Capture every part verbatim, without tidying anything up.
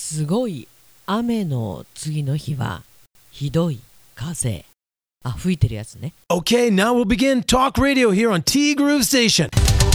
すごい雨の次の日はひどい風。あ、吹いてるやつね。 Okay, now we'll begin Talk Radio here on T Groove Station.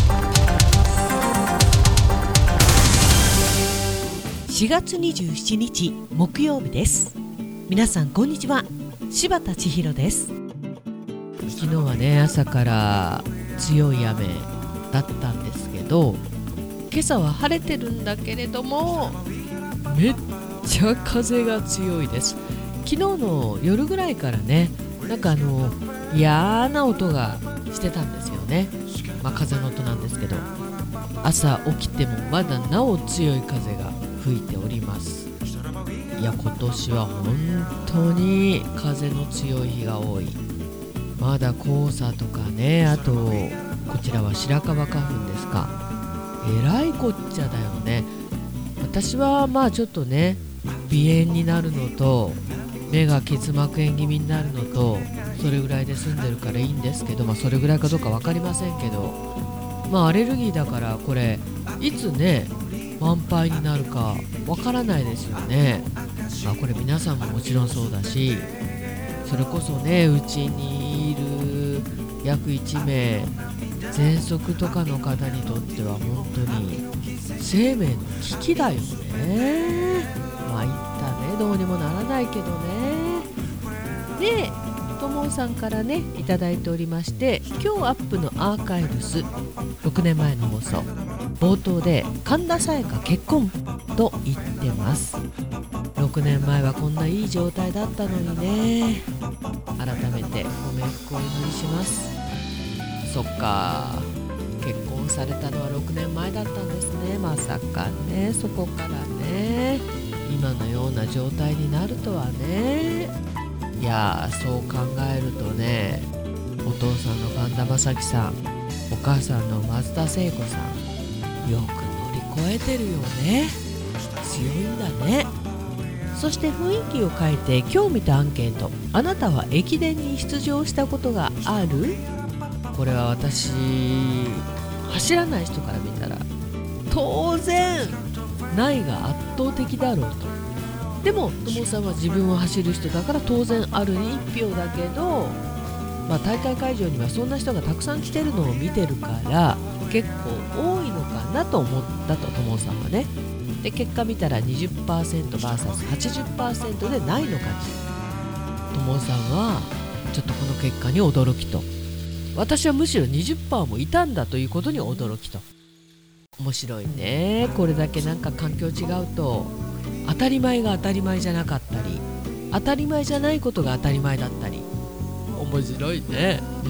しがつにじゅうしちにち木曜日です。皆さんこんにちは、柴田千尋です。昨日はね、朝から強い雨だったんですけど、今朝は晴れてるんだけれどもめっちゃ風が強いです。昨日の夜ぐらいからね、なんかあの嫌な音がしてたんですよね。まあ風の音なんですけど、朝起きてもまだなお強い風が吹いております。いや、今年は本当に風の強い日が多い。まだ黄砂とかね、あとこちらは白樺花粉ですか。えらいこっちゃだよね。私はまあちょっとね、鼻炎になるのと目が結膜炎気味になるのと、それぐらいで済んでるからいいんですけど、まあそれぐらいかどうか分かりませんけど、まあアレルギーだからこれいつね満杯になるか分からないですよね。まあこれ皆さんももちろんそうだし、それこそね、うちにいる約いちめい喘息とかの方にとっては本当に生命の危機だよね。まいったね、どうにもならないけどね。で、ともさんからねいただいておりまして、今日アップのアーカイブスろくねんまえの放送冒頭で神田沙也加結婚と言ってます。ろくねんまえはこんないい状態だったのにね。改めてご冥福をお祈りします。そっか、結婚されたのはろくねんまえだったんですね。まさかね、そこからね今のような状態になるとはね。いやー、そう考えるとね、お父さんの神田正輝さん、お母さんの松田聖子さん、よく乗り越えてるよね。強いんだね。そして雰囲気を変えて今日見たアンケート、あなたは駅伝に出場したことがある？これは私、走らない人から見たら当然ないが圧倒的だろうと。でもともさんは自分を走る人だから当然あるにいち票だけど、まあ、大会会場にはそんな人がたくさん来てるのを見てるから結構多いのかなと思ったと、ともさんはね。で、結果見たら にじゅっパーセントブイエスはちじゅっパーセント でないの勝ち。ともさんはちょっとこの結果に驚きと、私はむしろ にじゅっパーセント もいたんだということに驚きと。面白いね。これだけなんか環境違うと当たり前が当たり前じゃなかったり、当たり前じゃないことが当たり前だったり、面白いね。うん。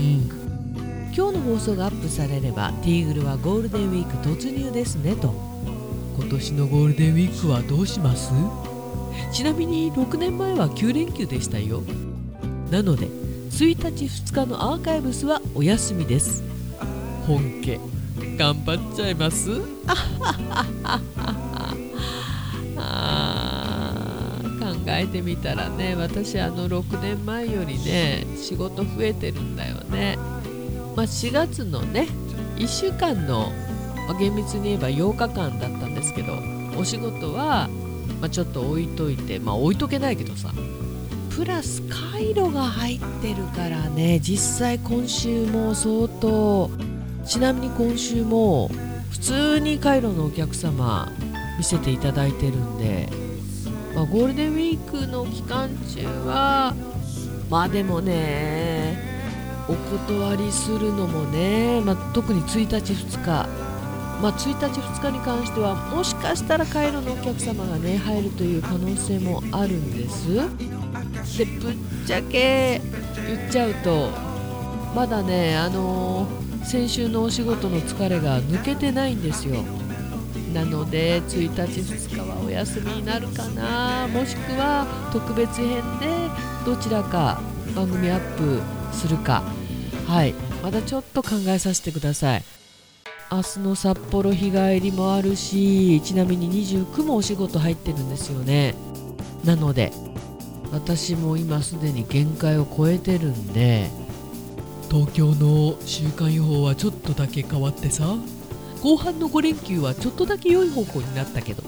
今日の放送がアップされればティーグルはゴールデンウィーク突入ですねと。今年のゴールデンウィークはどうします？ちなみにろくねんまえはきゅうれんきゅうでしたよ。なのでついたちふつかのアーカイブスはお休みです。本家頑張っちゃいます。あ考えてみたらね、私あのろくねんまえよりね仕事増えてるんだよね。まあ、しがつのねいっしゅうかんの、まあ、厳密に言えばようかかんだったんですけど、お仕事は、まあ、ちょっと置いといて、まあ置いとけないけどさ、プラス回路が入ってるからね、実際今週も相当。ちなみに今週も普通に回路のお客様見せていただいてるんで、まあ、ゴールデンウィークの期間中はまあでもね、お断りするのもね、まあ、特についたちふつか、まあ、ついたちふつかに関してはもしかしたら回路のお客様がね入るという可能性もあるんです。で、ぶっちゃけ言っちゃうとまだね、あのー、先週のお仕事の疲れが抜けてないんですよ。なのでついたちふつかはお休みになるかな、もしくは特別編でどちらか番組アップするか、はい、まだちょっと考えさせてください。明日の札幌日帰りもあるし、ちなみににじゅうくもお仕事入ってるんですよね。なので私も今すでに限界を超えてるんで、東京の週間予報はちょっとだけ変わってさ、後半のごれんきゅうはちょっとだけ良い方向になったけど、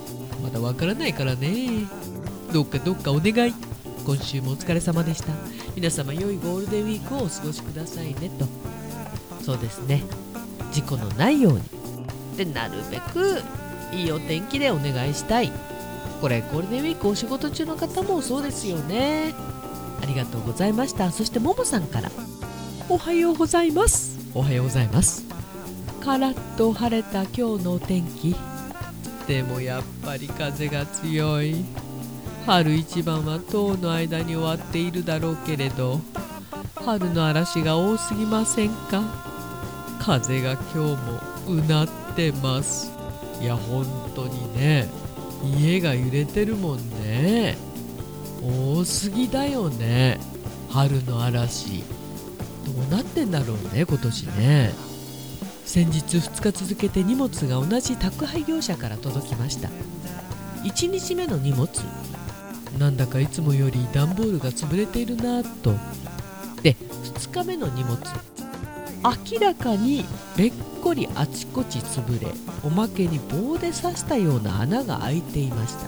まだわからないからね。どうかどうかお願い。今週もお疲れ様でした。皆様良いゴールデンウィークをお過ごしくださいねと。そうですね、事故のないようにで、なるべくいいお天気でお願いしたい。これゴールデンウィークお仕事中の方もそうですよね。ありがとうございました。そしてももさんから、おはようございます。おはようございます。カラッと晴れた今日のお天気。でもやっぱり風が強い。春一番は冬の間に終わっているだろうけれど、春の嵐が多すぎませんか。風が今日もうなってます。いや本当にね、家が揺れてるもんね。多すぎだよね、春の嵐。どうなってんだろうね今年ね。先日ふつか続けて荷物が同じ宅配業者から届きました。いちにちめの荷物、なんだかいつもより段ボールが潰れているなぁと。で、ふつかめの荷物、明らかにべっこりあちこち潰れ、おまけに棒で刺したような穴が開いていました。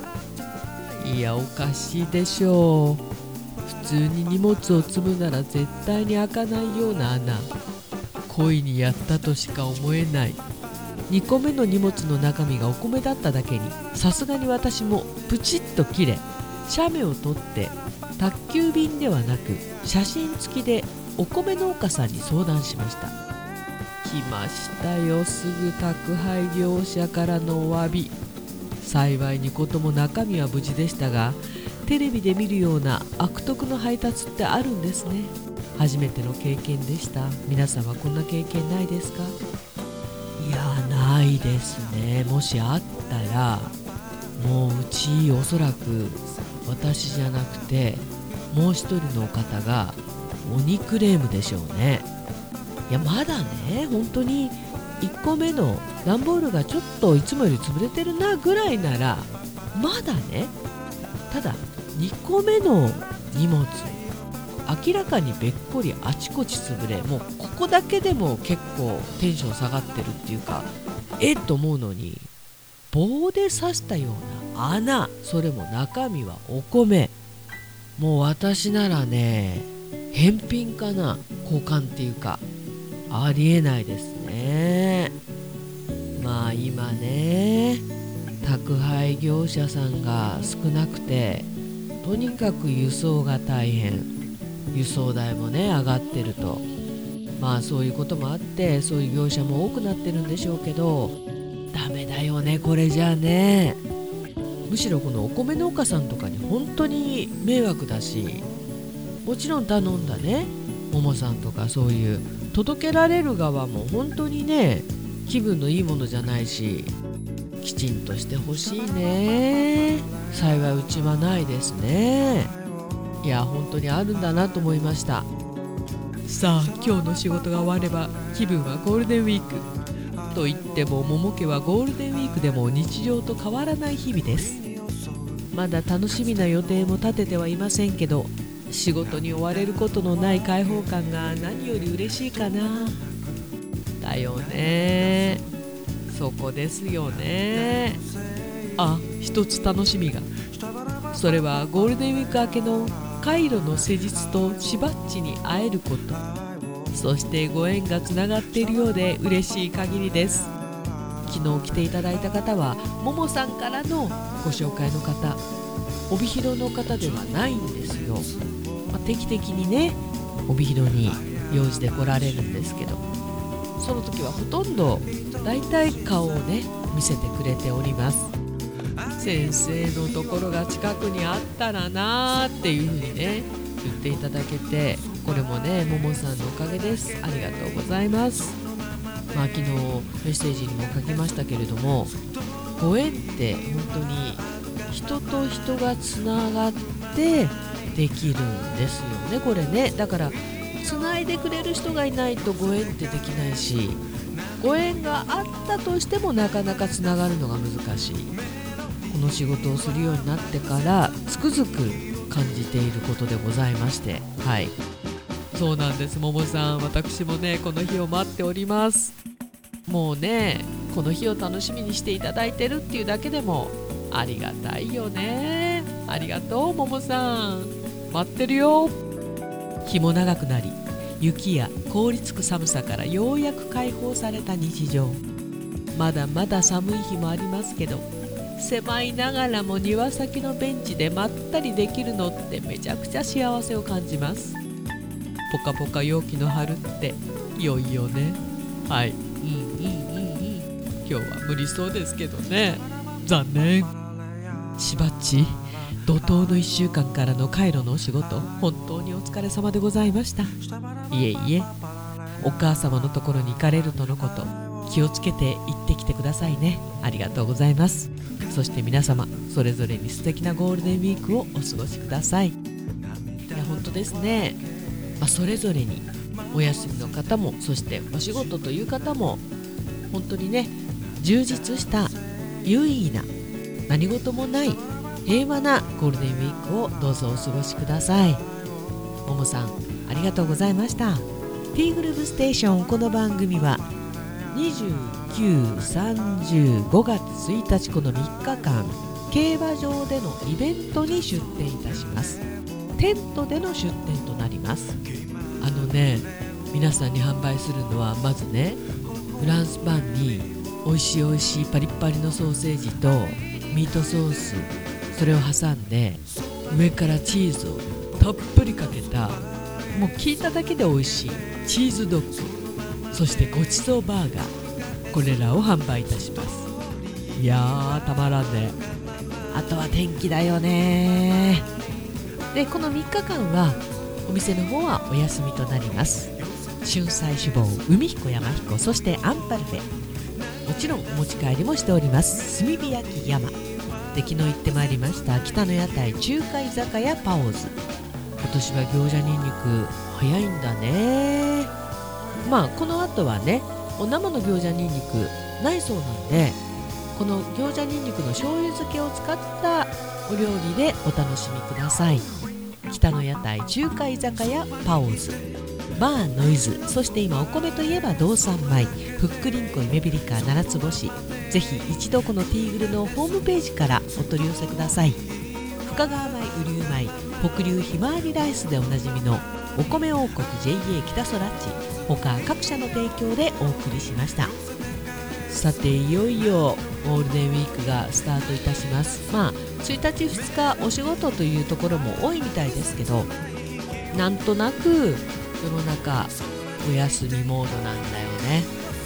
いやおかしいでしょう。普通に荷物を積むなら絶対に開かないような穴、故意にやったとしか思えない。にこめの荷物の中身がお米だっただけに、さすがに私もプチッと切れ、写メを撮って宅急便ではなく写真付きでお米農家さんに相談しました。来ましたよ、すぐ宅配業者からのお詫び。幸いにことも中身は無事でしたが、テレビで見るような悪徳の配達ってあるんですね。初めての経験でした。皆さんはこんな経験ないですか？いやないですね。もしあったらもううちおそらく私じゃなくてもう一人の方が鬼クレームでしょうね。いやまだね、本当にいっこめの段ボールがちょっといつもより潰れてるなぐらいならまだね。ただにこめの荷物、明らかにべっこりあちこち潰れ、もうここだけでも結構テンション下がってるっていうか、えっと思うのに、棒で刺したような穴、それも中身はお米。もう私ならね、返品かな、交換っていうかありえないですね。まあ今ね、宅配業者さんが少なくて、とにかく輸送が大変、輸送代もね上がってると、まあそういうこともあってそういう業者も多くなってるんでしょうけど、ダメだよねこれじゃあね。むしろこのお米農家さんとかに本当に迷惑だし、もちろん頼んだねももさんとかそういう届けられる側も本当にね気分のいいものじゃないし、きちんとしてほしいね。幸いうちはないですね。いや本当にあるんだなと思いました。さあ今日の仕事が終われば気分はゴールデンウィークと言っても、桃家はゴールデンウィークでも日常と変わらない日々です。まだ楽しみな予定も立ててはいませんけど、仕事に追われることのない開放感が何より嬉しいかな。だよね、そこですよね。あ、一つ楽しみが。それはゴールデンウィーク明けのカイロの施術としばっちに会えること。そしてご縁がつながっているようで嬉しい限りです。昨日来ていただいた方はももさんからのご紹介の方、帯広の方ではないんですよ。まあ、定期的にね帯広に用事で来られるんですけど、その時はほとんどだいたい顔をね見せてくれております。先生のところが近くにあったらなーっていう風にね言っていただけて、これもねももさんのおかげです。ありがとうございます。まあ昨日メッセージにも書きましたけれども、ご縁って本当に人と人がつながってできるんですよね。これね、だからつないでくれる人がいないとご縁ってできないし、ご縁があったとしてもなかなかつながるのが難しい。この仕事をするようになってからつくづく感じていることでございまして、はい、そうなんです。ももさん、私もねこの日を待っております。もうねこの日を楽しみにしていただいてるっていうだけでもありがたいよね。ありがとうももさん、待ってるよ。日も長くなり、雪や凍りつく寒さからようやく解放された日常。まだまだ寒い日もありますけど、狭いながらも庭先のベンチでまったりできるのってめちゃくちゃ幸せを感じます。ポカポカ陽気の春って良いよね。はい、うんうんうんうん。今日は無理そうですけどね、残念。しばっち、怒涛のいっしゅうかんからのカイロのお仕事、本当にお疲れ様でございました。いえいえ、お母様のところに行かれるとのこと、気をつけて行ってきてくださいね。ありがとうございます。そして皆様それぞれに素敵なゴールデンウィークをお過ごしください。いや本当ですね、まあ、それぞれにお休みの方も、そしてお仕事という方も本当にね、充実した有意義な何事もない平和なゴールデンウィークをどうぞお過ごしください。ももさんありがとうございました。 T グループステーション、この番組はにじゅうく、さんじゅう、ごがつついたちこのみっかかん、競馬場でのイベントに出店いたします。テントでの出店となります。あのね、皆さんに販売するのはまずね、フランスパンに美味しい美味しいパリッパリのソーセージとミートソース、それを挟んで上からチーズをたっぷりかけた、もう聞いただけで美味しいチーズドッグ、そしてごちそうバーガー、これらを販売いたします。いやーたまらんね。あとは天気だよね。でこのみっかかんはお店の方はお休みとなります。春菜志望、海彦山彦、そしてアンパルフェ、もちろんお持ち帰りもしております。炭火焼き山で昨日行ってまいりました北の屋台中華居酒屋パオズ。今年は餃子ニンニク早いんだね。まあこの後はね、お生の餃子ニンニクないそうなんで、この餃子ニンニクの醤油漬けを使ったお料理でお楽しみください。北の屋台中華居酒屋パオズ、バーノイズ、そして今お米といえば道産米、ふっくりんこ夢ビリカ七つ星、ぜひ一度このティーグルのホームページからお取り寄せください。深川米、雨竜米、北流ひまわりライスでおなじみのお米王国 ジェイエー 北そらっち、他各社の提供でお送りしました。さていよいよゴールデンウィークがスタートいたします。まあついたちふつかお仕事というところも多いみたいですけど、なんとなく世の中お休みモードなんだよね。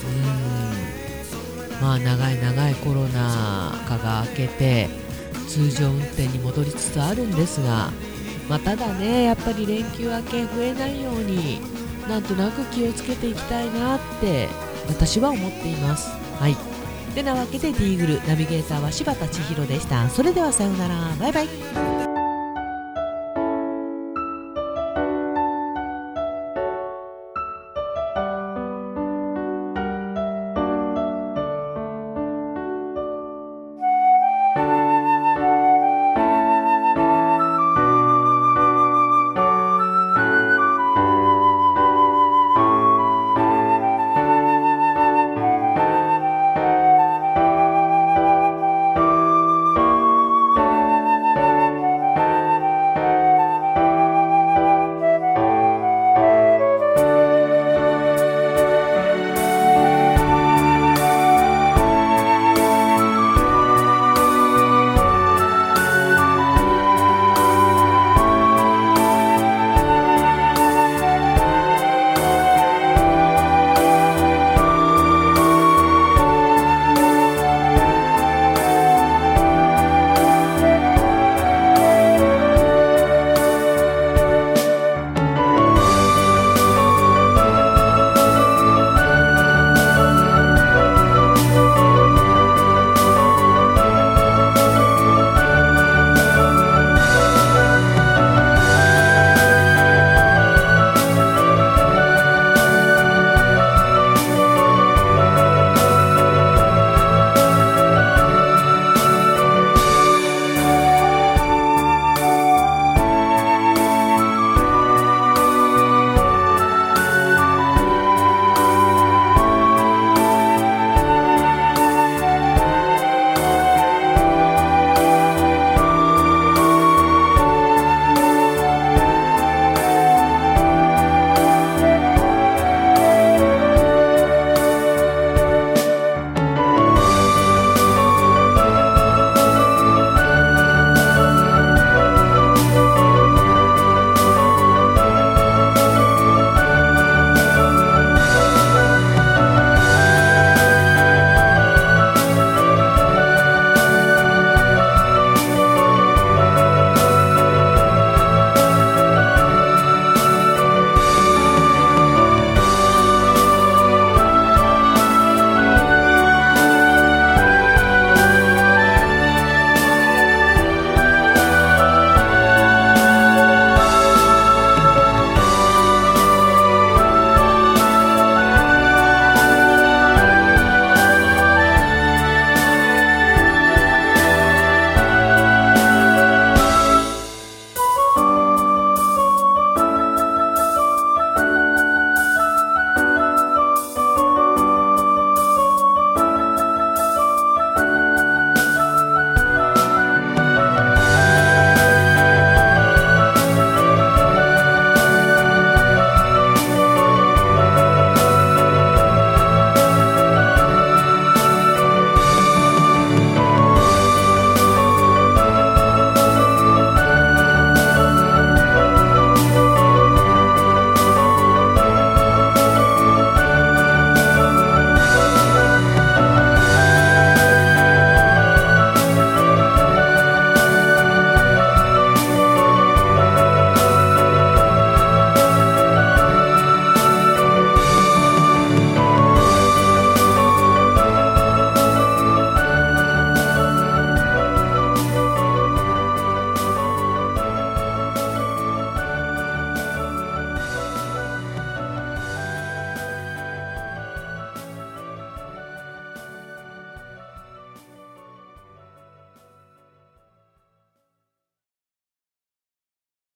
うーんまあ長い長いコロナ禍が明けて通常運転に戻りつつあるんですが、まあ、ただね、やっぱり連休明け増えないようになんとなく気をつけていきたいなって私は思っています。はい。てなわけで T グルナビゲーターは柴田千尋でした。それではさようなら、バイバイ。